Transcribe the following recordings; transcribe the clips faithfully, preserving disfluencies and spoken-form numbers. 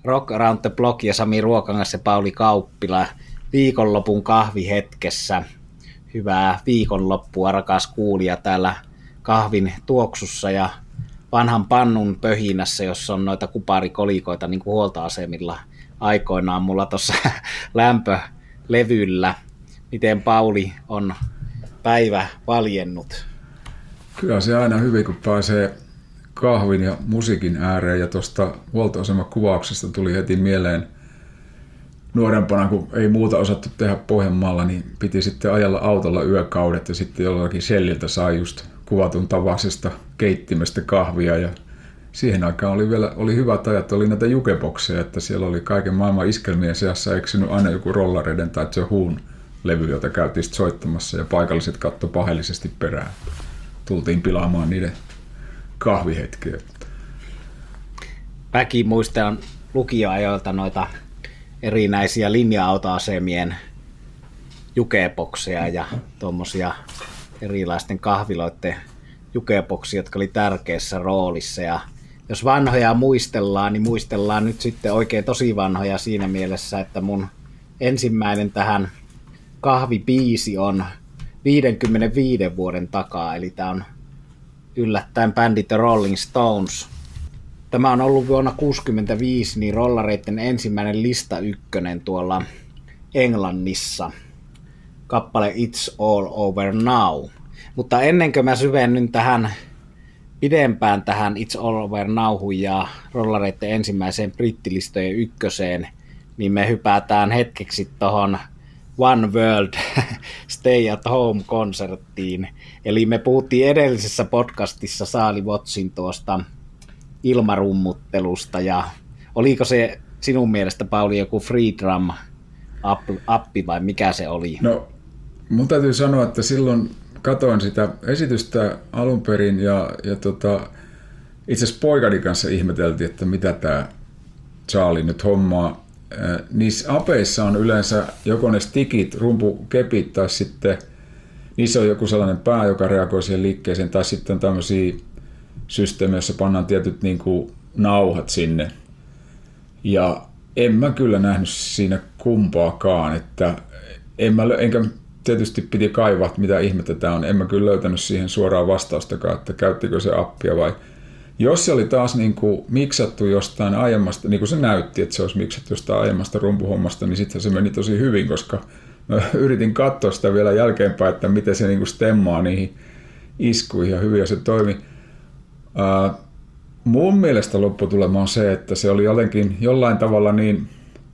Rock Around the Block ja Sami Ruokangas ja Pauli Kauppila viikonlopun kahvihetkessä. Hyvää viikonloppua, rakas kuulija, täällä kahvin tuoksussa ja vanhan pannun pöhinässä, jossa on noita kuparikolikoita niin kuin huoltoasemilla aikoinaan mulla tuossa lämpölevyllä. Miten Pauli on päivä valjennut? Kyllä se aina hyvin, kun pääsee kahvin ja musiikin ääreen, ja tuosta huoltoasemakuvauksesta tuli heti mieleen nuorempana, kun ei muuta osattu tehdä Pohjanmaalla, niin piti sitten ajalla autolla yökaudet ja sitten jollakin selliltä sai just kuvatun tavaisesta keittimestä kahvia, ja siihen aikaan oli vielä oli hyvät ajat, oli näitä jukebokseja, että siellä oli kaiken maailman iskelmien seassa eksynyt aina joku Rollareiden tai The Whon levy, jota käytiin soittamassa, ja paikalliset katsoi pahellisesti perään. Tultiin pilaamaan niiden kahvihetkiä. Mäkin muistan lukioajoilta noita erinäisiä linja-autoasemien jukebokseja ja tuommoisia erilaisten kahviloiden jukeboksia, jotka oli tärkeässä roolissa. Ja jos vanhoja muistellaan, niin muistellaan nyt sitten oikein tosi vanhoja siinä mielessä, että mun ensimmäinen tähän kahvibiisi on viidenkymmenenviiden vuoden takaa, eli tämä on yllättäen bändi The Rolling Stones. Tämä on ollut vuonna kuusikymmentäviisi niin rollareiden ensimmäinen lista ykkönen tuolla Englannissa. Kappale It's All Over Now. Mutta ennen kuin mä syvennyn tähän pidempään tähän It's All Over Nowhun ja rollareiden ensimmäiseen brittilistojen ykköseen, niin me hypätään hetkeksi tohon One World Stay at Home-konserttiin. Eli me puhuttiin edellisessä podcastissa Saali Watsin tuosta ilmarummuttelusta, ja oliko se sinun mielestä, Pauli, joku Free Drum-appi vai mikä se oli? No, mun täytyy sanoa, että silloin katoin sitä esitystä alun perin, ja, ja tota, itse asiassa poikani kanssa ihmeteltiin, että mitä tämä Charlie nyt hommaa. Niissä apeissa on yleensä joko ne stickit, rumpukepit, tai sitten niissä on joku sellainen pää, joka reagoi siihen liikkeeseen, tai sitten on tämmöisiä systeemejä, joissa pannaan tietyt niin kuin nauhat sinne. Ja en mä kyllä nähnyt siinä kumpaakaan, että en mä, enkä tietysti piti kaivaa, mitä ihmettä tämä on. En mä kyllä löytänyt siihen suoraan vastaustakaan, että käyttikö se appia vai. Jos se oli taas niin kuin miksattu jostain aiemmasta, niin kuin se näytti, että se olisi miksattu jostain aiemmasta rumpuhommasta, niin sitten se meni tosi hyvin, koska mä yritin katsoa sitä vielä jälkeenpäin, että miten se niin kuin stemmaa niihin iskuihin, ja hyvin ja se toimi. Uh, mun mielestä lopputulema on se, että se oli jotenkin jollain tavalla niin,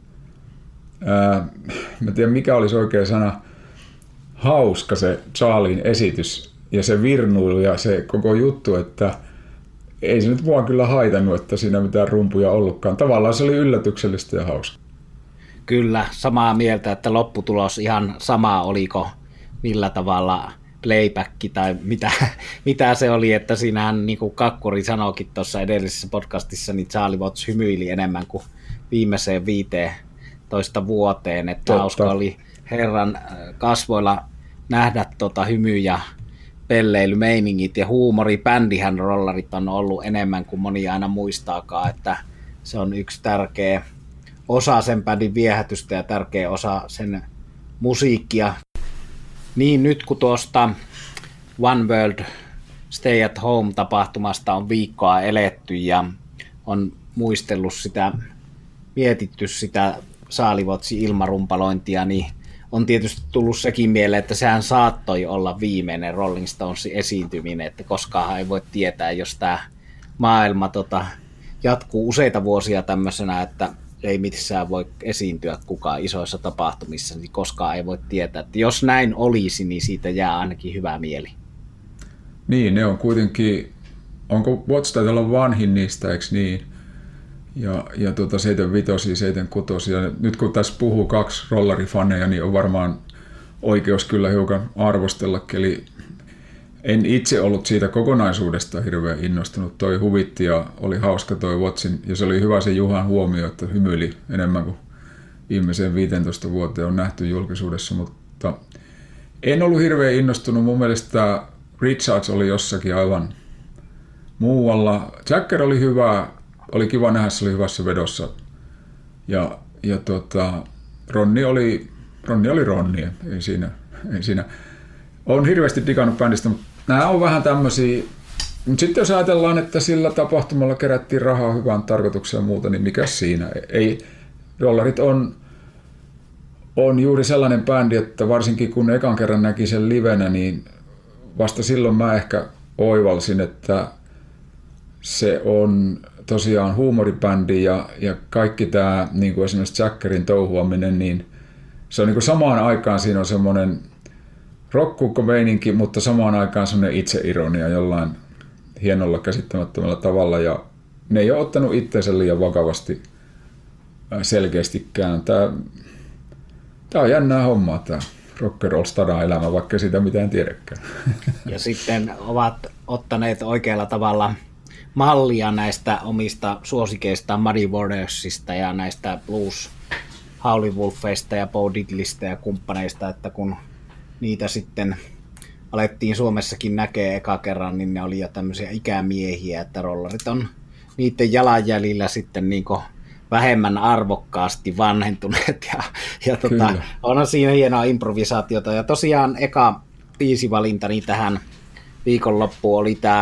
uh, mä tiedän mikä olisi oikea sana, hauska se Charlien esitys ja se virnuilu ja se koko juttu, että ei se nyt mua kyllä haitannut, että siinä mitään rumpuja ollutkaan. Tavallaan se oli yllätyksellistä ja hauska. Kyllä, samaa mieltä, että lopputulos ihan sama, oliko millä tavalla playback tai mitä, mitä se oli, että siinähän niin kuin Kakkuri sanoikin tuossa edellisessä podcastissa, niin Charlie Watts hymyili enemmän kuin viimeiseen viiteentoista vuoteen, että Totta. Hauska oli herran kasvoilla nähdä tota hymyjä, pelleilymeiningit ja huumori. Bändihän rollarit on ollut enemmän kuin moni aina muistaakaan, että se on yksi tärkeä osa sen bändin viehätystä ja tärkeä osa sen musiikkia. Niin nyt kun tuosta One World Stay at Home-tapahtumasta on viikkoa eletty ja on muistellut sitä, mietitty sitä Saalivotsin ilmarumpalointia, niin on tietysti tullut sekin mieleen, että sehän saattoi olla viimeinen Rolling Stonesin esiintyminen, että koskaan ei voi tietää, jos tämä maailma tota, jatkuu useita vuosia tämmöisenä, että ei missään voi esiintyä kukaan isoissa tapahtumissa, niin koskaan ei voi tietää. Että jos näin olisi, niin siitä jää ainakin hyvä mieli. Niin, ne on kuitenkin, onko Watts taitaa olla vanhin niistä, eikö niin? Ja, ja tuota seitsemänkymmentäviisi, seitsemänkymmentäkuusi. Nyt kun tässä puhuu kaksi rollarifaneja, niin on varmaan oikeus kyllä hiukan arvostellakin. Eli en itse ollut siitä kokonaisuudesta hirveän innostunut. Toi huvitti ja oli hauska toi Wattsin. Ja se oli hyvä se Juhan huomio, että hymyili enemmän kuin viimeiseen viisitoista vuoteen on nähty julkisuudessa. Mutta en ollut hirveän innostunut. Mun mielestä Richards oli jossakin aivan muualla. Jagger oli hyvä. Oli kiva nähdä, se oli hyvässä vedossa. Ja, ja tota, Ronni oli Ronni, oli Ronni ei siinä, ei siinä. Olen hirveästi digannut bändistä, mutta nämä on vähän tämmöisiä. Mutta sitten jos ajatellaan, että sillä tapahtumalla kerättiin rahaa hyvään tarkoitukseen ja muuta, niin mikä siinä? Ei, Rollarit on, on juuri sellainen bändi, että varsinkin kun ekan kerran näki sen livenä, niin vasta silloin mä ehkä oivalsin, että se on tosiaan huumoribändi ja, ja kaikki tämä, niin kuin esimerkiksi Jackerin touhuaminen, niin se on niin kuin samaan aikaan siinä on semmoinen rock-kukko-meininki, mutta samaan aikaan semmoinen itseironia jollain hienolla käsittämättömällä tavalla, ja ne ei ole ottanut itseensä liian vakavasti selkeästikään. Tämä, tämä on jännää hommaa, tämä rock'n'roll stadan elämä, vaikka sitä mitään tiedäkään. Ja sitten ovat ottaneet oikealla tavalla mallia näistä omista suosikeistaan Muddy Watersista ja näistä blues Howlin' Wolfeista ja Bo Diddleystä ja kumppaneista, että kun niitä sitten alettiin Suomessakin näkee eka kerran, niin ne oli jo tämmöisiä ikämiehiä, että rollarit on niiden jalanjäljillä sitten niin kuin vähemmän arvokkaasti vanhentuneet ja, ja tota, on siinä hienoa improvisaatiota. Ja tosiaan eka biisivalintani tähän viikonloppuun oli tämä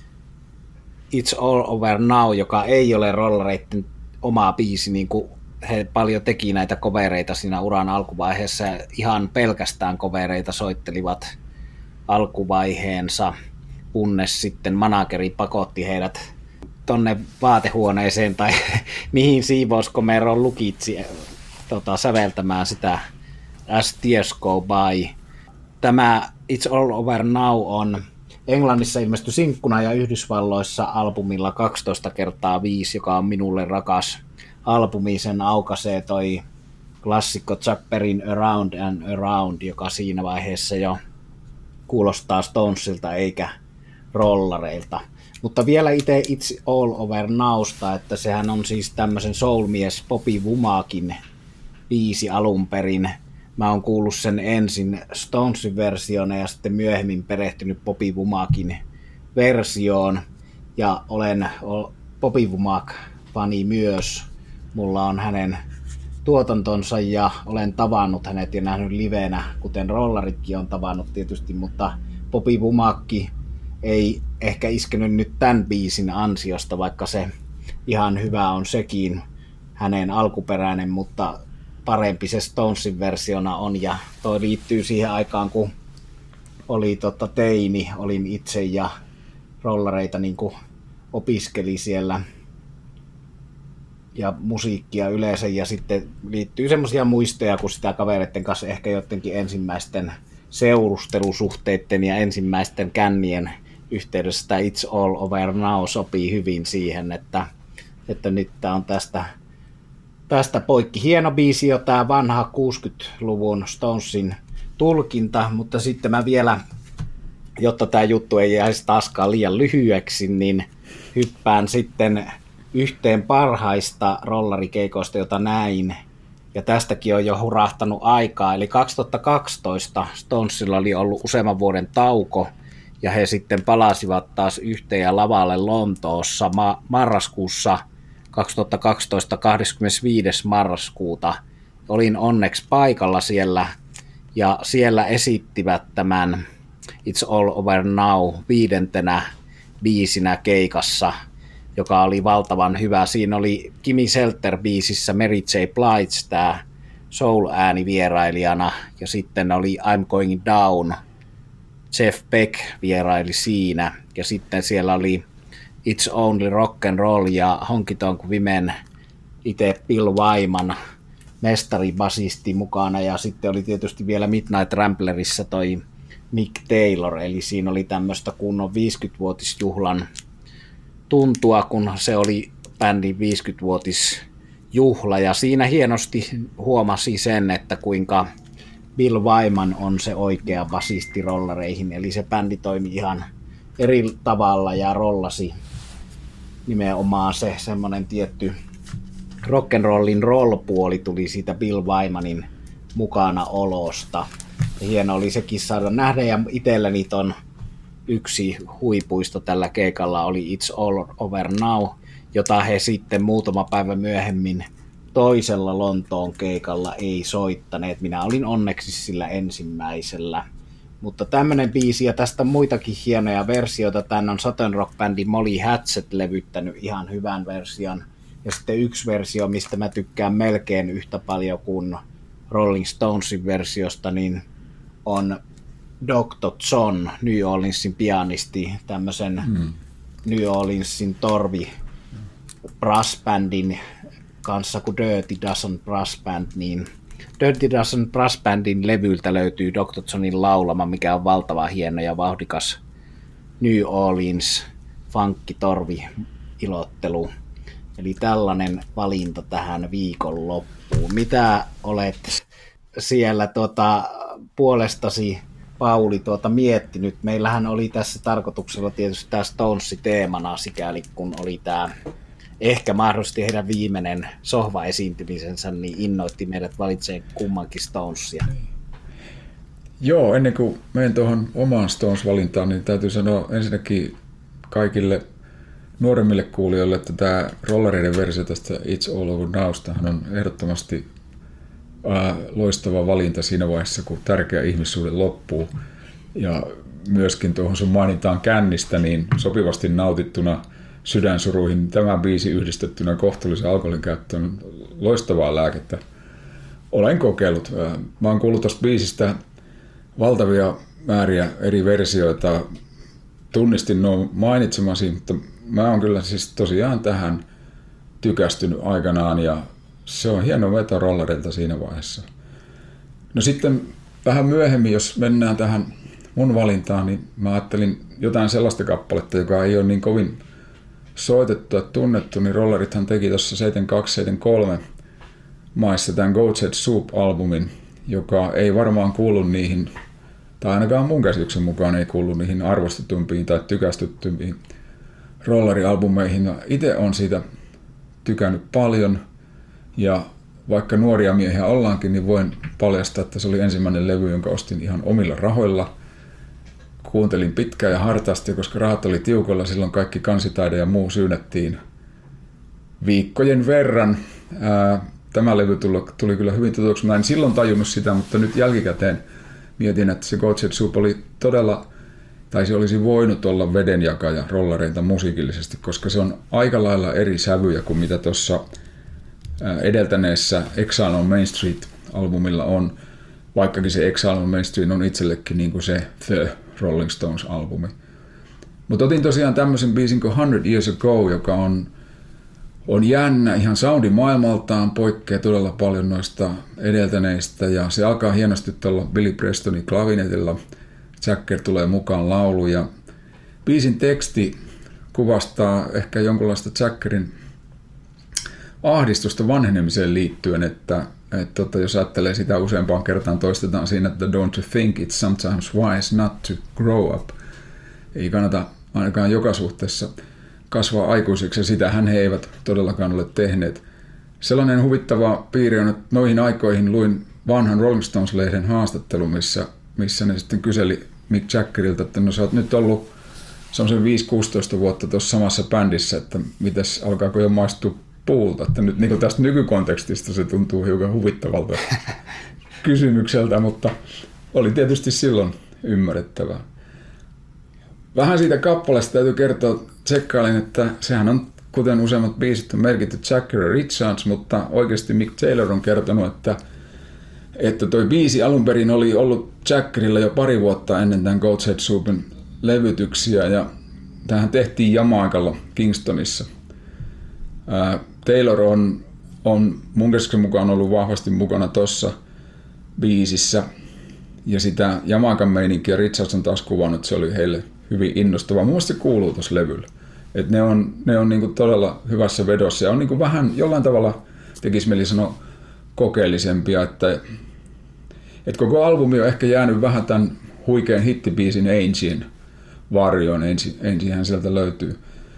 It's All Over Now, joka ei ole rollareiden oma biisi, niin kuin he paljon teki näitä covereita siinä uran alkuvaiheessa, ihan pelkästään covereita soittelivat alkuvaiheensa, kunnes sitten manageri pakotti heidät tonne vaatehuoneeseen tai mihin siivouskomeroon lukitsi tota, säveltämään sitä As Tears Go By. Tämä It's All Over Now on Englannissa ilmestyi sinkkuna ja Yhdysvalloissa albumilla kaksitoista kertaa viisi, joka on minulle rakas albumi. Sen aukaisee toi klassikko Chuck Berryn Around and Around, joka siinä vaiheessa jo kuulostaa Stonesilta eikä rollareilta. Mutta vielä itse It's All Over Nowsta, että sehän on siis tämmöisen soulmies Bobby Womakin biisi alun perin. Mä oon kuullut sen ensin Stonesin versiona ja sitten myöhemmin perehtynyt Bobby Womakin versioon. Ja olen Bobby Womack-fani myös. Mulla on hänen tuotantonsa ja olen tavannut hänet ja nähnyt livenä, kuten rollaritkin on tavannut tietysti, mutta Bobby Womack ei ehkä iskenyt nyt tämän biisin ansiosta, vaikka se ihan hyvä on sekin hänen alkuperäinen, mutta parempi se Stonesin versiona on, ja toi liittyy siihen aikaan, kun oli totta teini, olin itse ja rollareita niin kuin opiskeli siellä ja musiikkia yleensä, ja sitten liittyy semmoisia muistoja, kun sitä kavereiden kanssa ehkä jotenkin ensimmäisten seurustelusuhteiden ja ensimmäisten kännien yhteydessä tämä It's All Over Now sopii hyvin siihen, että, että nyt tämä on tästä, tästä poikki. Hieno biisi jo tämä vanha kuusikymmentäluvun Stonesin tulkinta, mutta sitten mä vielä, jotta tämä juttu ei jäisi taaskaan liian lyhyeksi, niin hyppään sitten yhteen parhaista rollarikeikoista, jota näin. Ja tästäkin on jo hurahtanut aikaa. Eli kaksituhattakaksitoista Stonesilla oli ollut useamman vuoden tauko, ja he sitten palasivat taas yhteen ja lavalle Lontoossa ma- marraskuussa kaksituhattakaksitoista kahdeskymmenesviides marraskuuta. Olin onneksi paikalla siellä, ja siellä esittivät tämän It's All Over Now viidentenä biisinä keikassa, joka oli valtavan hyvä. Siinä oli Kimi Selter-biisissä Mary J. Blige, tämä soul-ääni vierailijana, ja sitten oli I'm Going Down, Jeff Beck vieraili siinä, ja sitten siellä oli It's Only Rock and Roll ja Honky Tonk Women, itse Bill Wyman, mestaribasisti mukana, ja sitten oli tietysti vielä Midnight Ramblerissä toi Mick Taylor, eli siinä oli tämmöistä kunnon viisikymmenvuotisjuhlan tuntua, kun se oli bändin viisikymmenvuotisjuhla, ja siinä hienosti huomasi sen, että kuinka Bill Wyman on se oikea basisti rollareihin, eli se bändi toimi ihan eri tavalla ja rollasi nimenomaan se semmoinen tietty rock'n'rollin roll-puoli tuli siitä Bill Wymanin mukana olosta. Ja hieno oli sekin saada nähdä, ja itselläni ton yksi huipuista tällä keikalla oli It's All Over Now, jota he sitten muutama päivä myöhemmin toisella Lontoon keikalla ei soittaneet. Minä olin onneksi sillä ensimmäisellä. Mutta tämmönen biisi, ja tästä on muitakin hienoja versioita. Tän on Southern Rock Bandi Molly Hatchet levyttänyt ihan hyvän version. Ja sitten yksi versio, mistä mä tykkään melkein yhtä paljon kuin Rolling Stonesin versiosta, niin on doctor John, New Orleansin pianisti, tämmöisen hmm. New Orleansin torvi brass bandin kanssa kuin Dirty Dozen Brass Band, niin Dirty Dozen Brass Bandin levyltä löytyy doctor Johnin laulama, mikä on valtava hieno ja vauhdikas New Orleans funkki-torvi ilottelu. Eli tällainen valinta tähän viikonloppuun. Mitä olet siellä tuota, puolestasi, Pauli, tuota, miettinyt? Meillähän oli tässä tarkoituksella tietysti tämä Stonesi teemana, sikäli kun oli tämä ehkä mahdollisesti heidän viimeinen sohvaesiintymisensä, niin innoitti meidät valitsemaan kummankin Stonesia. Joo, ennen kuin menen tuohon omaan Stones-valintaan, niin täytyy sanoa ensinnäkin kaikille nuoremmille kuulijoille, että tämä rollereiden versio tästä It's All Over Nowstahan on ehdottomasti ää, loistava valinta siinä vaiheessa, kun tärkeä ihmissuhde loppuu. Ja myöskin tuohon sun mainitaan kännistä, niin sopivasti nautittuna sydänsuruihin tämä biisi yhdistettynä kohtuullisen alkoholin käyttöön on loistavaa lääkettä. Olen kokeillut. Mä oon kuullut tuosta biisistä valtavia määriä eri versioita. Tunnistin nuo mainitsemasi, mutta mä oon kyllä siis tosiaan tähän tykästynyt aikanaan ja se on hieno veto rollerilta siinä vaiheessa. No sitten vähän myöhemmin, jos mennään tähän mun valintaan, niin mä ajattelin jotain sellaista kappaletta, joka ei ole niin kovin soitettu ja tunnettu, niin rollerithan teki tuossa seitsemänkymmentäkaksi seitsemänkymmentäkolme maissa tämän Goat's Head Soup-albumin, joka ei varmaan kuulu niihin, tai ainakaan mun käsityksen mukaan ei kuulu niihin arvostetumpiin tai tykästyttymiin rollerialbumeihin. Itse on siitä tykännyt paljon, ja vaikka nuoria miehiä ollaankin, niin voin paljastaa, että se oli ensimmäinen levy, jonka ostin ihan omilla rahoilla. Kuuntelin pitkään ja hartaasti, koska rahat oli tiukolla, silloin kaikki kansitaide ja muu syynättiin viikkojen verran. Ää, tämä levy tuli, tuli kyllä hyvin tutuksi. Mä en silloin tajunnut sitä, mutta nyt jälkikäteen mietin, että se Goat's Head Soup oli todella, tai se olisi voinut olla vedenjakaja rollereita musiikillisesti, koska se on aika lailla eri sävyjä kuin mitä tuossa edeltäneessä Exile on Main Street-albumilla on, vaikkakin se Exile on Main Street on itsellekin niin kuin se The Rolling Stones-albumi. Mutta otin tosiaan tämmöisen biisin kuin Hundred Years Ago, joka on, on jännä, ihan soundimaailmaltaan, poikkeaa todella paljon noista edeltäneistä, ja se alkaa hienosti tuolla Billy Prestonin klavinetilla. Jacker tulee mukaan laulu, ja biisin teksti kuvastaa ehkä jonkunlaista Jackerin ahdistusta vanhenemiseen liittyen, että, että, että jos ajattelee sitä useampaan kertaan toistetaan siinä, että don't you think it's sometimes wise not to grow up. Ei kannata ainakaan joka suhteessa kasvaa aikuiseksi, ja sitähän he eivät todellakaan ole tehneet. Sellainen huvittava piiri on, että noihin aikoihin luin vanhan Rolling Stones-lehden haastattelun, missä, missä ne sitten kyseli Mick Jaggerilta, että no sä oot nyt ollut semmoisen viisi kuusitoista vuotta tuossa samassa bändissä, että mitäs, alkaako jo maistua puulta, että nyt niin tästä nykykontekstista se tuntuu hiukan huvittavalta kysymykseltä, mutta oli tietysti silloin ymmärrettävää. Vähän siitä kappaleesta täytyy kertoa, tsekkailin, että sehän on, kuten useimmat biisit on merkitty Jagger ja Richards, mutta oikeasti Mick Taylor on kertonut, että, että toi biisi alun perin oli ollut Jaggerilla jo pari vuotta ennen tämän Goat's Head Soupin levytyksiä, ja tämähän tehtiin Jamaikalla Kingstonissa. Taylor on, on mun käsityksen mukaan ollut vahvasti mukana tuossa biisissä, ja sitä Jamaikan meininkiä Richards on taas kuvannut, että se oli heille hyvin innostavaa. Mun mielestä se kuuluu tuossa levyllä. Et ne on, ne on niinku todella hyvässä vedossa ja on niinku vähän jollain tavalla, tekisi mieli sanoa, kokeellisempia, että et koko albumi on ehkä jäänyt vähän tämän huikean hittibiisin Angien varjoon. Angiehän sieltä löytyy.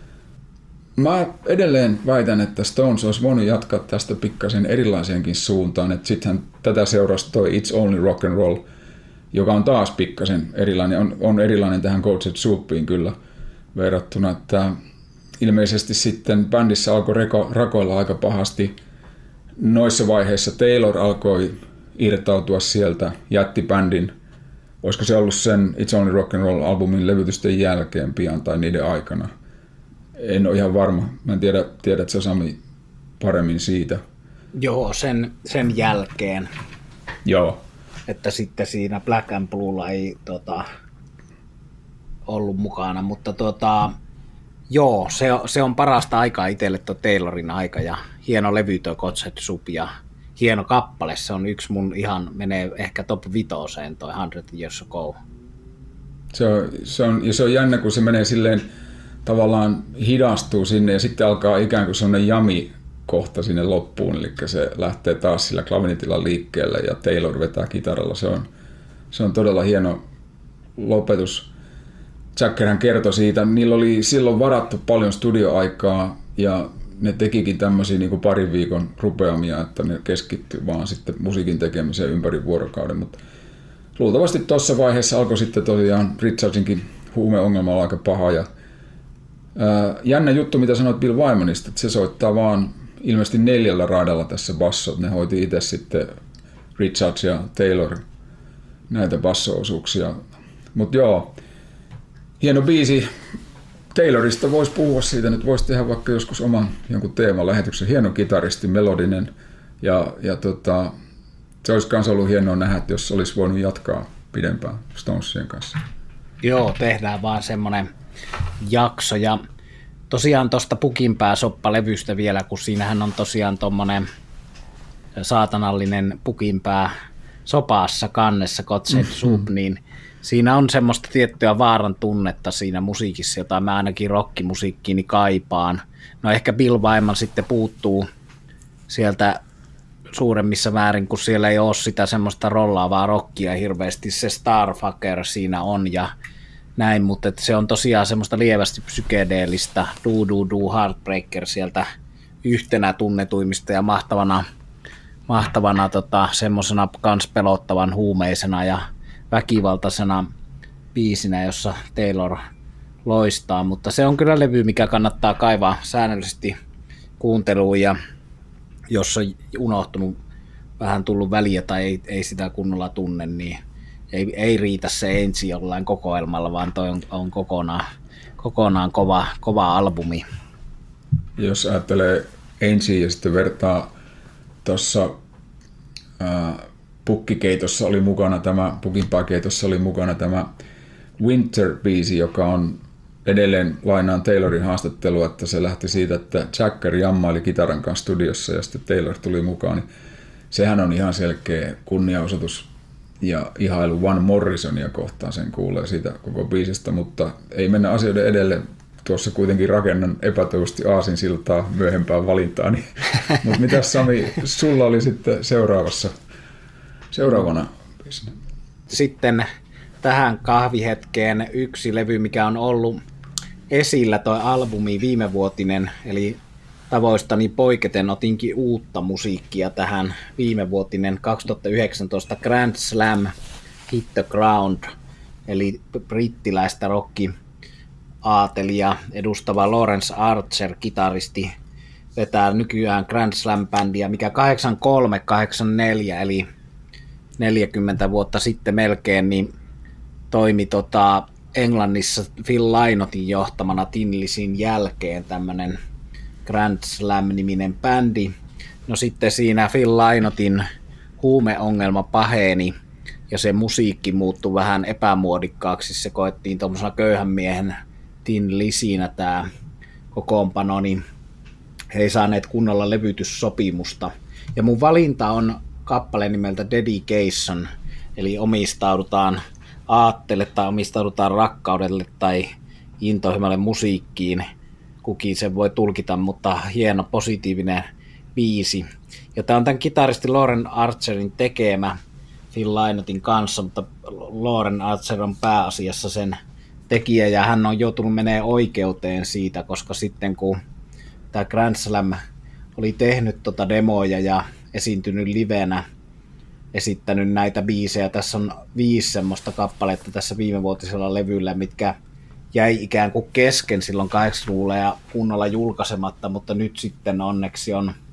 Mä edelleen väitän, että Stones olisi voinut jatkaa tästä pikkasen erilaiseenkin suuntaan, että sittenhän tätä seurasi toi It's Only Rock and Roll, joka on taas pikkasen erilainen, on, on erilainen tähän Goat's Head Soupiin kyllä verrattuna, että ilmeisesti sitten bändissä alkoi reko, rakoilla aika pahasti noissa vaiheissa Taylor alkoi irtautua sieltä, jätti bändin. Olisiko se ollut sen It's Only Rock and Roll-albumin levytysten jälkeen pian tai niiden aikana? En ole ihan varma. Mä en tiedä, tiedät sä Sami paremmin siitä. Joo, sen, sen jälkeen. Joo. Että sitten siinä Black and Bluella ei tota, ollut mukana, mutta tota, joo, se, se on parasta aikaa itselle tuo Taylorin aika ja hieno levy tuo God Save the Soup ja hieno kappale, se on yksi mun ihan, menee ehkä top vitoseen toi Hundred Years Ago. Se on, se on, ja se on jännä, kun se menee silleen tavallaan hidastuu sinne ja sitten alkaa ikään kuin sellainen jami kohta sinne loppuun, eli se lähtee taas sillä klavinetilla liikkeelle ja Taylor vetää kitaralla. Se on, se on todella hieno lopetus. Jackerhän kertoi siitä, niillä oli silloin varattu paljon studioaikaa ja ne tekikin tämmöisiä niin kuin parin viikon rupeamia, että ne keskittyi vaan sitten musiikin tekemiseen ympäri vuorokauden, mutta luultavasti tuossa vaiheessa alkoi sitten tosiaan Richardsinkin huumeongelma olla aika paha ja ää, jännä juttu, mitä sanoit Bill Wymanista, että se soittaa vaan ilmeisesti neljällä raidalla tässä bassot, ne hoiti itse sitten Richards ja Taylor näitä basso-osuuksia, mutta joo, hieno biisi. Taylorista voisi puhua siitä, nyt voisi tehdä vaikka joskus oman jonkun teemalähetyksen. Hieno kitaristi, melodinen ja, ja tota, se olisi myös ollut hienoa nähdä, että jos olisi voinut jatkaa pidempään Stonesien kanssa. Joo, tehdään vaan semmoinen jakso ja tosiaan tuosta Pukinpää-soppalevystä vielä, kun siinähän on tosiaan tommonen saatanallinen Pukinpää sopaassa kannessa God Save the Soup, niin siinä on semmoista tiettyä vaaran tunnetta siinä musiikissa, jota mä ainakin rockimusiikkiini kaipaan. No ehkä Bill Wyman sitten puuttuu sieltä suuremmissa määrin, kun siellä ei ole sitä semmoista rollaavaa rockia hirveästi. Se Starfucker siinä on ja näin, mutta se on tosiaan semmoista lievästi psykedeellistä Do Do Do Heartbreaker sieltä yhtenä tunnetuimmista ja mahtavana, mahtavana tota, semmoisena kans pelottavan huumeisena ja väkivaltaisena biisinä, jossa Taylor loistaa, mutta se on kyllä levy, mikä kannattaa kaivaa säännöllisesti kuunteluun ja jos on unohtunut, vähän tullut väliä tai ei, ei sitä kunnolla tunne, niin ei, ei riitä se ensi jollain kokoelmalla, vaan toi on, on kokonaan, kokonaan kova, kova albumi. Jos ajattelee ensi ja sitten vertaa tuossa Pukkikeitossa oli mukana tämä, Pukinpääkeitossa oli mukana tämä Winter-biisi, joka on edelleen lainaan Taylorin haastattelua, että se lähti siitä, että Jagger jammaili kitaran kanssa studiossa ja sitten Taylor tuli mukaan. Niin sehän on ihan selkeä kunniaosoitus ja ihailu Van Morrisonia kohtaan, sen kuulee siitä koko biisistä, mutta ei mennä asioiden edelle. Tuossa kuitenkin rakennan epätoivosti aasinsiltaa myöhempään valintaani. Mutta mitäs Sami, sulla oli sitten seuraavassa, seuraavana biisinä? Sitten tähän kahvihetkeen yksi levy, mikä on ollut esillä, toi albumi viimevuotinen, eli tavoistani poiketen otinkin uutta musiikkia tähän viimevuotinen kaksituhattayhdeksäntoista Grand Slam Hit the Ground, eli brittiläistä rocki-aatelia edustava Lawrence Archer, kitaristi, vetää nykyään Grand Slam-bändiä, mikä kahdeksankymmentäkolme kahdeksankymmentäneljä, eli neljäkymmentä vuotta sitten melkein, niin toimi tota Englannissa Phil Lynottin johtamana Tin Lizzyn jälkeen tämmöinen Grand Slam-niminen bändi. No sitten siinä Phil Lynottin huumeongelma paheni ja se musiikki muuttui vähän epämuodikkaaksi. Se koettiin tuommoisena köyhän miehen Tin Lizzynä tämä kokoonpano, niin he ei saaneet kunnolla levytyssopimusta. Ja mun valinta on kappale nimeltä Dedication, eli omistaudutaan aattele tai omistaudutaan rakkaudelle tai intohimolle musiikkiin. Kukin sen voi tulkita, mutta hieno positiivinen biisi. Ja tämä on tämän kitaristi Lauren Archerin tekemä Phil Lynottin kanssa, mutta Lauren Archer on pääasiassa sen tekijä ja hän on joutunut menemään oikeuteen siitä, koska sitten kun tämä Grand Slam oli tehnyt tota demoja ja esiintynyt livenä, esittänyt näitä biisejä. Tässä on viisi semmoista kappaletta tässä viimevuotisella levyllä, mitkä jäi ikään kuin kesken silloin kahdeksankymmentäluvulla ja kunnolla julkaisematta, mutta nyt sitten onneksi on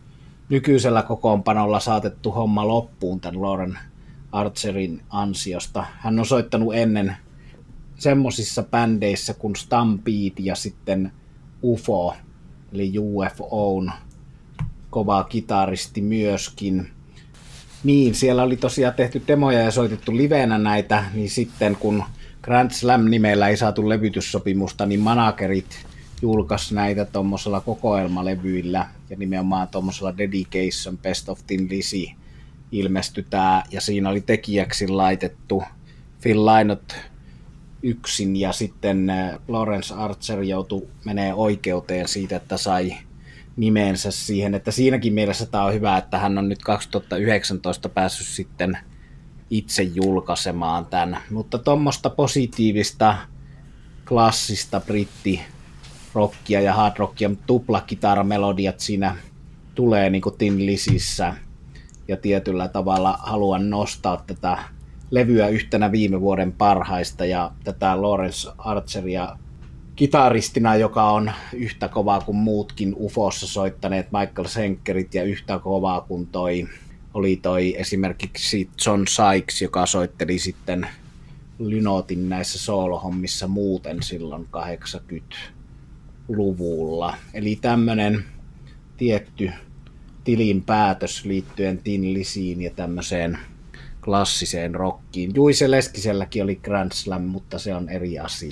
nykyisellä kokoonpanolla saatettu homma loppuun tämän Lauren Archerin ansiosta. Hän on soittanut ennen semmosissa bändeissä kuin Stampede ja sitten U F O, eli U F O:n kova kitaristi myöskin. Niin, siellä oli tosiaan tehty demoja ja soitettu livenä näitä, niin sitten kun Grand Slam-nimellä ei saatu levytyssopimusta, niin managerit julkaisi näitä tuommoisella kokoelmalevyillä ja nimenomaan tuommoisella Dedication Best of Thin Lizzy ilmestyi tää, ja siinä oli tekijäksi laitettu Phil Lynott yksin, ja sitten Lawrence Archer joutui menee oikeuteen siitä, että sai nimensä siihen, että siinäkin mielessä tämä on hyvä, että hän on nyt kaksituhattayhdeksäntoista päässyt sitten itse julkaisemaan tämän, mutta tuommoista positiivista, klassista brittirockia ja hardrockia, mutta tuplakitaramelodiat siinä tulee niin kuin Thin Lizzyssä, ja tietyllä tavalla haluan nostaa tätä levyä yhtenä viime vuoden parhaista, ja tätä Lawrence Archeria kitaristina, joka on yhtä kovaa kuin muutkin U F O:ssa soittaneet Michael Schenkerit, ja yhtä kovaa kuin toi, oli toi esimerkiksi John Sykes, joka soitteli sitten Lynotin näissä soolohommissa muuten silloin kahdeksankymmentäluvulla. Eli tämmöinen tietty tilin päätös liittyen Thin Lizzyin ja tämmöiseen klassiseen rockiin. Juise Leskiselläkin oli Grand Slam, mutta se on eri asia.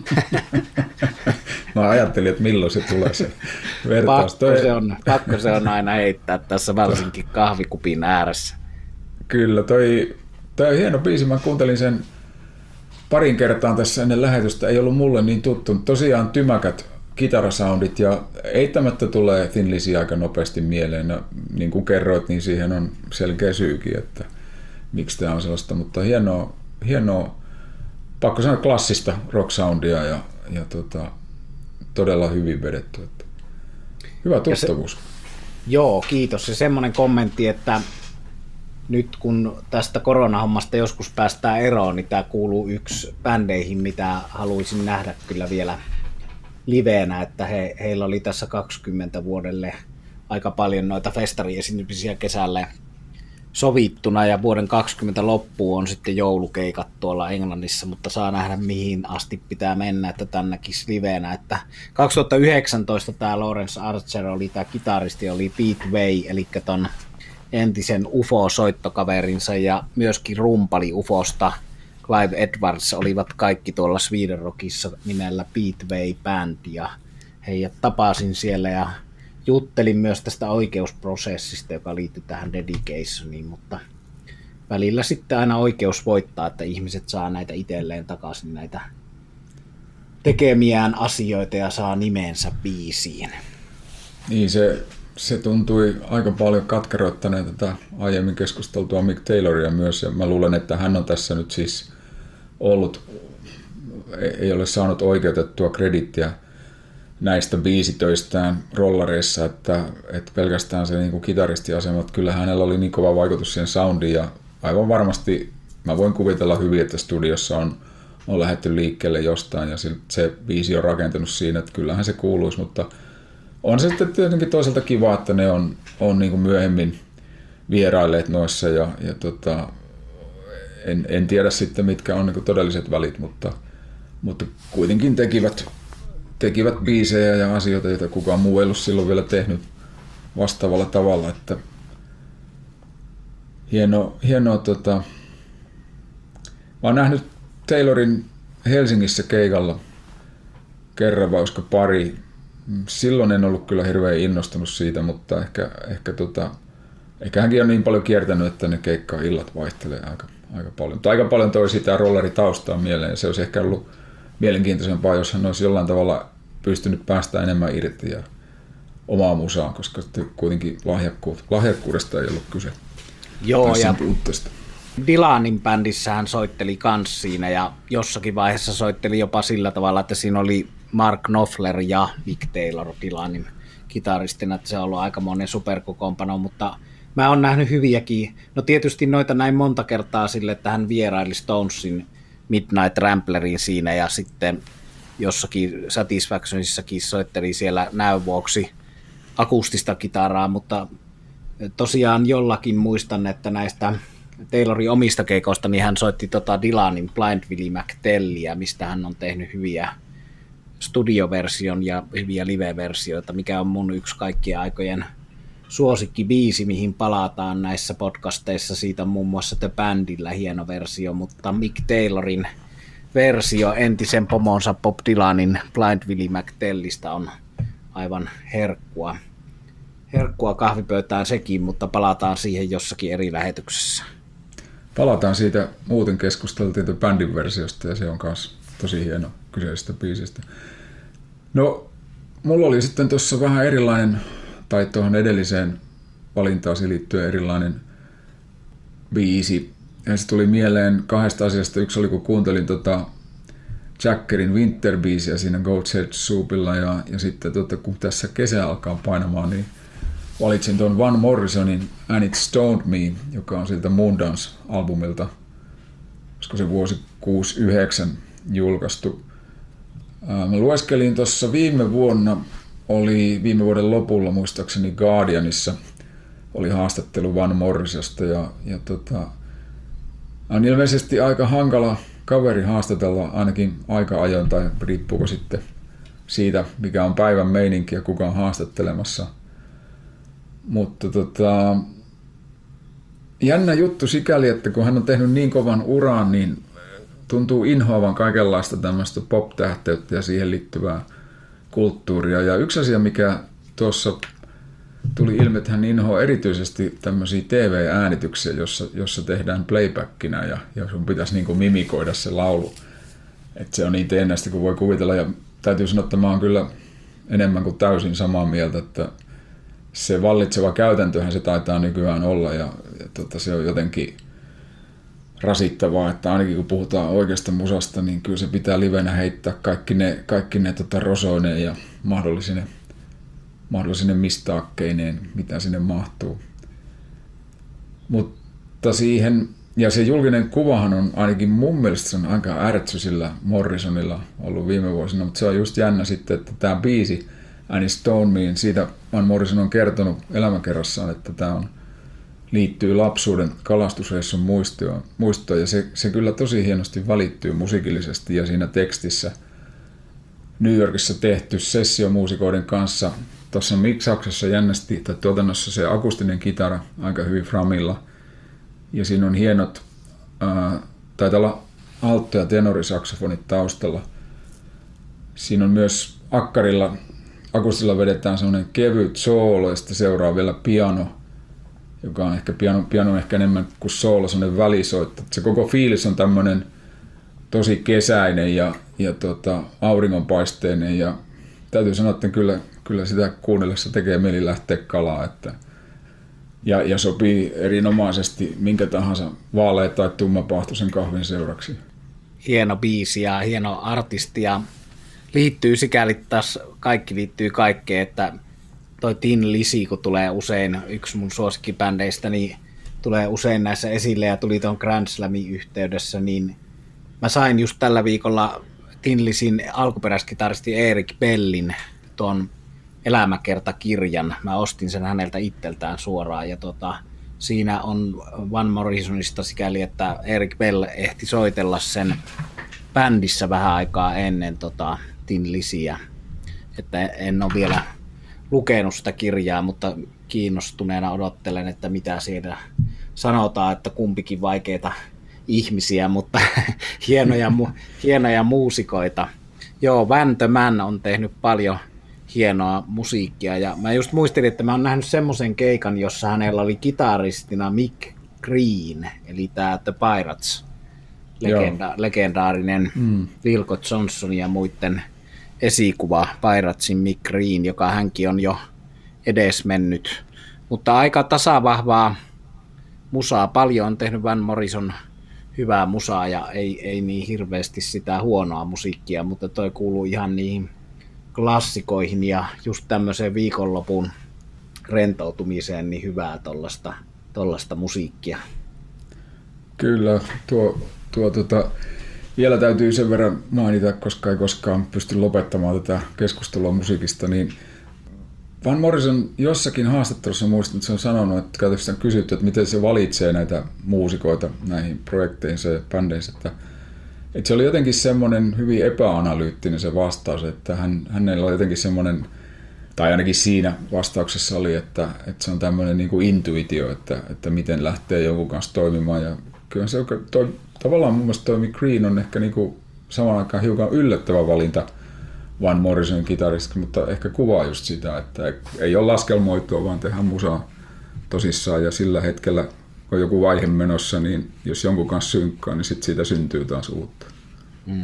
Mä ajattelin, että milloin se tulee se vertaus. Pakko se on, pakko se on aina heittää tässä varsinkin kahvikupin ääressä. Kyllä, toi, toi on hieno biisi. Mä kuuntelin sen parin kertaan tässä ennen lähetystä. Ei ollut mulle niin tuttu. Tosiaan tymäkät kitarasoundit ja eittämättä tulee Thin Lizzy aika nopeasti mieleen. No, niin kuin kerroit, niin siihen on selkeä syykin, että miksi tämä on sellaista, mutta hienoa, hienoa pakko sanoa klassista rock-soundia ja, ja tota, todella hyvin vedetty. Että hyvä tuttavuus. Se, joo, kiitos. Ja semmoinen kommentti, että nyt kun tästä koronahommasta joskus päästään eroon, niin tämä kuuluu yksi bändeihin, mitä haluaisin nähdä kyllä vielä liveenä, että he, heillä oli tässä kaksikymmentä vuodelle aika paljon noita festariesiintymisiä kesälle sovittuna, ja vuoden kaksikymmentä loppuun on sitten joulukeikat tuolla Englannissa, mutta saa nähdä mihin asti pitää mennä, että tän näkisi liveenä. Että kaksituhattayhdeksäntoista tämä Lawrence Archer oli tämä kitaristi, oli Pete Way, eli ton entisen U F O-soittokaverinsa, ja myöskin rumpali U F Osta Clive Edwards olivat kaikki tuolla Sweden Rockissa nimellä Pete Way Band, ja heidät tapasin siellä ja juttelin myös tästä oikeusprosessista, joka liittyy tähän Dedicationiin, mutta välillä sitten aina oikeus voittaa, että ihmiset saa näitä itselleen takaisin näitä tekemiään asioita ja saa nimensä biisiin. Niin, se, se tuntui aika paljon katkeroittaneen tätä aiemmin keskusteltua Mick Tayloria myös, ja mä luulen, että hän on tässä nyt siis ollut, ei ole saanut oikeutettua kredittiä näistä biisitöistään rollareissa, että, että pelkästään se niin kuin kitaristiasema, että kyllä hänellä oli niin kova vaikutus siihen soundiin, ja aivan varmasti mä voin kuvitella hyvin, että studiossa on, on lähdetty liikkeelle jostain, ja se, se biisi on rakentunut siinä, että kyllähän se kuuluisi, mutta on se sitten tietenkin toisaalta kiva, että ne on, on niin kuin myöhemmin vierailleet noissa, ja, ja tota, en, en tiedä sitten mitkä on niin kuin todelliset välit, mutta, mutta kuitenkin tekivät tekivät biisejä ja asioita, joita kukaan muu ei ollut silloin vielä tehnyt vastaavalla tavalla, että hienoa, hienoa tota, mä oon nähnyt Taylorin Helsingissä keikalla kerran vai olisiko pari. Silloin en ollut kyllä hirveän innostunut siitä, mutta ehkä, ehkä, tota, ehkä hänkin on niin paljon kiertänyt, että ne keikka-illat vaihtelee aika, aika paljon. Mutta aika paljon toi sitä rolleritaustaa mieleen, ja se olisi ehkä ollut mielenkiintoisempaa, jos hän olisi jollain tavalla pystynyt päästä enemmän irti ja omaa musaan, koska kuitenkin lahjakkuud- lahjakkuudesta ei ollut kyse. Joo, ja Dylanin bändissä hän soitteli kans siinä, ja jossakin vaiheessa soitteli jopa sillä tavalla, että siinä oli Mark Knopfler ja Mick Taylor Dylanin kitaristina, että se on ollut aikamoinen superkokoonpano, mutta mä oon nähnyt hyviäkin, no tietysti noita näin monta kertaa sille, että hän vieraili Stonesin Midnight Rambleriin siinä, ja sitten jossakin Satisfactionissakin soitteli siellä näön vuoksi akustista kitaraa, mutta tosiaan jollakin muistan, että näistä Taylorin omista keikoista, niin hän soitti tota Dylanin Blind Willie McTellia, mistä hän on tehnyt hyviä studioversion ja hyviä live-versioita, mikä on mun yksi kaikkien aikojen suosikkibiisi, mihin palataan näissä podcasteissa. Siitä on muun muassa The Bandilla hieno versio, mutta Mick Taylorin versio entisen pomonsa Bob Dylanin Blind Willie McTellistä on aivan herkkua. Herkkua kahvipöytään sekin, mutta palataan siihen jossakin eri lähetyksessä. Palataan siitä, muuten keskusteltiin The Bandin versiosta ja se on myös tosi hieno kyseisestä biisistä. No, mulla oli sitten tuossa vähän erilainen, tai tuohon edelliseen valintaasi liittyen erilainen biisi. Ja se tuli mieleen kahdesta asiasta. Yksi oli, kun kuuntelin tota Jackerin Winter-biisiä siinä Goat's Head Soupilla, ja, ja sitten tota, kun tässä kesä alkaa painamaan, niin valitsin tuon Van Morrisonin And It Stoned Me, joka on siltä Moondance-albumilta, koska se vuosi kuusikymmentäyhdeksän julkaistu. Mä lueskelin tuossa viime vuonna, oli viime vuoden lopulla muistaakseni Guardianissa, oli haastattelu Van Morrisosta, ja, ja tota, on ilmeisesti aika hankala kaveri haastatella ainakin aika ajoin, tai riippuuko sitten siitä, mikä on päivän meininki ja kuka on haastattelemassa. Mutta tota, jännä juttu sikäli, että kun hän on tehnyt niin kovan uran, niin tuntuu inhoavan kaikenlaista tämmöistä pop-tähteyttä ja siihen liittyvää kulttuuria. Ja yksi asia, mikä tuossa tuli ilmi, että hän inhoaa erityisesti tämmöisiä T V-äänityksiä, jossa, jossa tehdään playbackina ja, ja sun pitäisi niin kuin mimikoida se laulu. Että se on niin teennäistä kuin voi kuvitella. Ja täytyy sanoa, että mä oon kyllä enemmän kuin täysin samaa mieltä, että se vallitseva käytäntöhän se taitaa nykyään olla ja, ja tota, se on jotenkin rasittavaa, että ainakin kun puhutaan oikeasta musasta, niin kyllä se pitää livenä heittää kaikki ne, kaikki ne tota, rosoineen ja mahdollisine, mahdollisine mistaakkeineen, mitä sinne mahtuu. Mutta siihen, ja se julkinen kuvahan on ainakin mun mielestä se on aika ärtsy sillä Morrisonilla ollut viime vuosina, mutta se on just jännä sitten, että tämä biisi And It Stoned Me, siitä Van Morrison on kertonut elämäkerrassaan, että tämä on liittyy lapsuuden kalastusreissun muistoon, muistoon ja se, se kyllä tosi hienosti välittyy musiikillisesti ja siinä tekstissä New Yorkissa tehty sessiomuusikoiden kanssa. Tuossa miksauksessa jännästi, tai tuotannossa se akustinen kitara aika hyvin framilla ja siinä on hienot, ää, taitaa olla alto- ja tenorisaksofonit taustalla. Siinä on myös akkarilla, akustilla vedetään semmoinen kevyt soolo ja sitten seuraa vielä piano, joka on ehkä piano, piano on ehkä enemmän kuin soolo, semmoinen välisoitto. Se koko fiilis on tämmöinen tosi kesäinen ja, ja tota, auringonpaisteinen ja täytyy sanoa, että kyllä, kyllä sitä kuunnellessa tekee mieli lähteä kalaa. Että, ja, ja sopii erinomaisesti minkä tahansa vaalea tai tummapahtoisen kahvin seuraksi. Hieno biisi ja hieno artisti ja liittyy sikäli taas, kaikki liittyy kaikkeen, että toi Tin Lizzy, kun tulee usein, yksi mun suosikkibändeistä, niin tulee usein näissä esille ja tuli tuon Grand Slamin yhteydessä, niin mä sain just tällä viikolla Tin Lizzyn alkuperäiskitaristi Eric Bellin tuon elämäkertakirjan. Mä ostin sen häneltä itseltään suoraan ja tota, siinä on Van Morrisonista sikäli, että Eric Bell ehti soitella sen bändissä vähän aikaa ennen tota, Tin Lizzyä, että en ole vielä lukenut sitä kirjaa, mutta kiinnostuneena odottelen, että mitä siellä sanotaan, että kumpikin vaikeita ihmisiä, mutta hienoja, hienoja muusikoita. Joo, Van the Man on tehnyt paljon hienoa musiikkia ja mä just muistelin, että mä oon nähnyt semmoisen keikan, jossa hänellä oli kitaristina Mick Green, eli tää The Pirates, legenda, legendaarinen mm. Wilco Johnson ja muiden esikuva Piratesin Mick Green, joka hänkin on jo edesmennyt. Mutta aika tasavahvaa musaa. Paljon on tehnyt Van Morrison hyvää musaa ja ei, ei niin hirveästi sitä huonoa musiikkia, mutta toi kuuluu ihan niihin klassikoihin ja just tämmöiseen viikonlopun rentoutumiseen niin hyvää tollasta, tollasta musiikkia. Kyllä, tuo, tuo tota, vielä täytyy sen verran mainita, koska ei koskaan pysty lopettamaan tätä keskustelua musiikista, niin Van Morrison jossakin haastattelussa muistan, että se on sanonut, että käytössä on kysytty, että miten se valitsee näitä muusikoita näihin projekteihinsa ja bändeissä, että, että se oli jotenkin semmoinen hyvin epäanalyyttinen se vastaus, että hän, hänellä oli jotenkin semmoinen, tai ainakin siinä vastauksessa oli, että, että se on tämmöinen niin kuin intuitio, että, että miten lähtee jonkun kanssa toimimaan, ja kyllä se toi, tavallaan mun mielestä Tommy Green on ehkä niin kuin samaan aikaan hiukan yllättävä valinta Van Morrisonin kitaristi, mutta ehkä kuvaa just sitä, että ei ole laskelmoitua, vaan tehdään musaa tosissaan, ja sillä hetkellä, kun joku vaihe menossa, niin jos jonkun kanssa synkkaa, niin sit siitä syntyy taas uutta. Mm.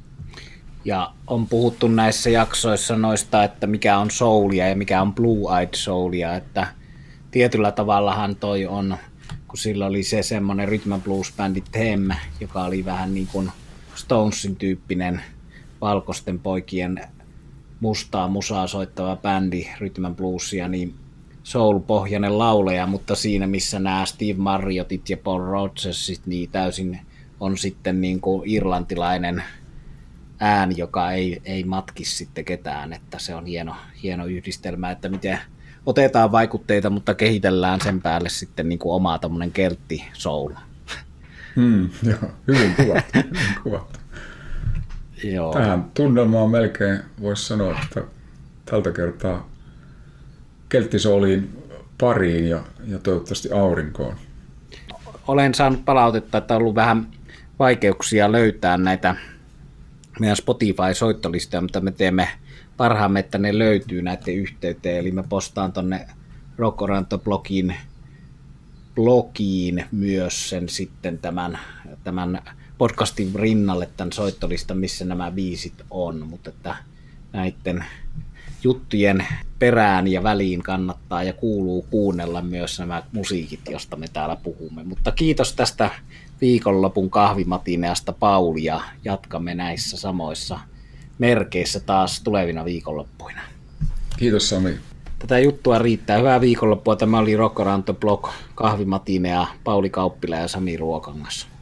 Ja on puhuttu näissä jaksoissa noista, että mikä on soulia ja mikä on blue-eyed soulia, että tietyllä tavallahan toi on, kun sillä oli se semmoinen rhythm and blues-bändi Them, joka oli vähän niin kuin Stonesin tyyppinen valkoisten poikien mustaa musaa soittava bändi, rhythm and bluesia, niin soul-pohjainen lauleja, mutta siinä missä nämä Steve Marriotit ja Paul Rodgersit, niin täysin on sitten niin kuin irlantilainen ääni, joka ei, ei matkisi sitten ketään, että se on hieno, hieno yhdistelmä, että miten otetaan vaikutteita, mutta kehitellään sen päälle sitten niin kuin omaa tommonen keltti soul. Hmm, joo, hyvin kuvattu, hyvin kuvattu. Joo. Tähän tunnelmaan melkein voisi sanoa, että tältä kertaa kelttisooliin pariin ja, ja toivottavasti aurinkoon. Olen saanut palautetta, että on ollut vähän vaikeuksia löytää näitä meidän Spotify-soittolistoja, mutta me teemme parhaamme, että ne löytyy näiden yhteyteen, eli me postaan tonne Rockoranto-blogiin blogiin myös sen sitten tämän, tämän podcastin rinnalle tämän soittolistan, missä nämä biisit on, mutta että näiden juttujen perään ja väliin kannattaa ja kuuluu kuunnella myös nämä musiikit, josta me täällä puhumme. Mutta kiitos tästä viikonlopun kahvimatineasta, Pauli, ja jatkamme näissä samoissa merkeissä taas tulevina viikonloppuina. Kiitos, Sami. Tätä juttua riittää. Hyvää viikonloppua. Tämä oli Rockoranto Blog kahvimatinea, Pauli Kauppila ja Sami Ruokangas.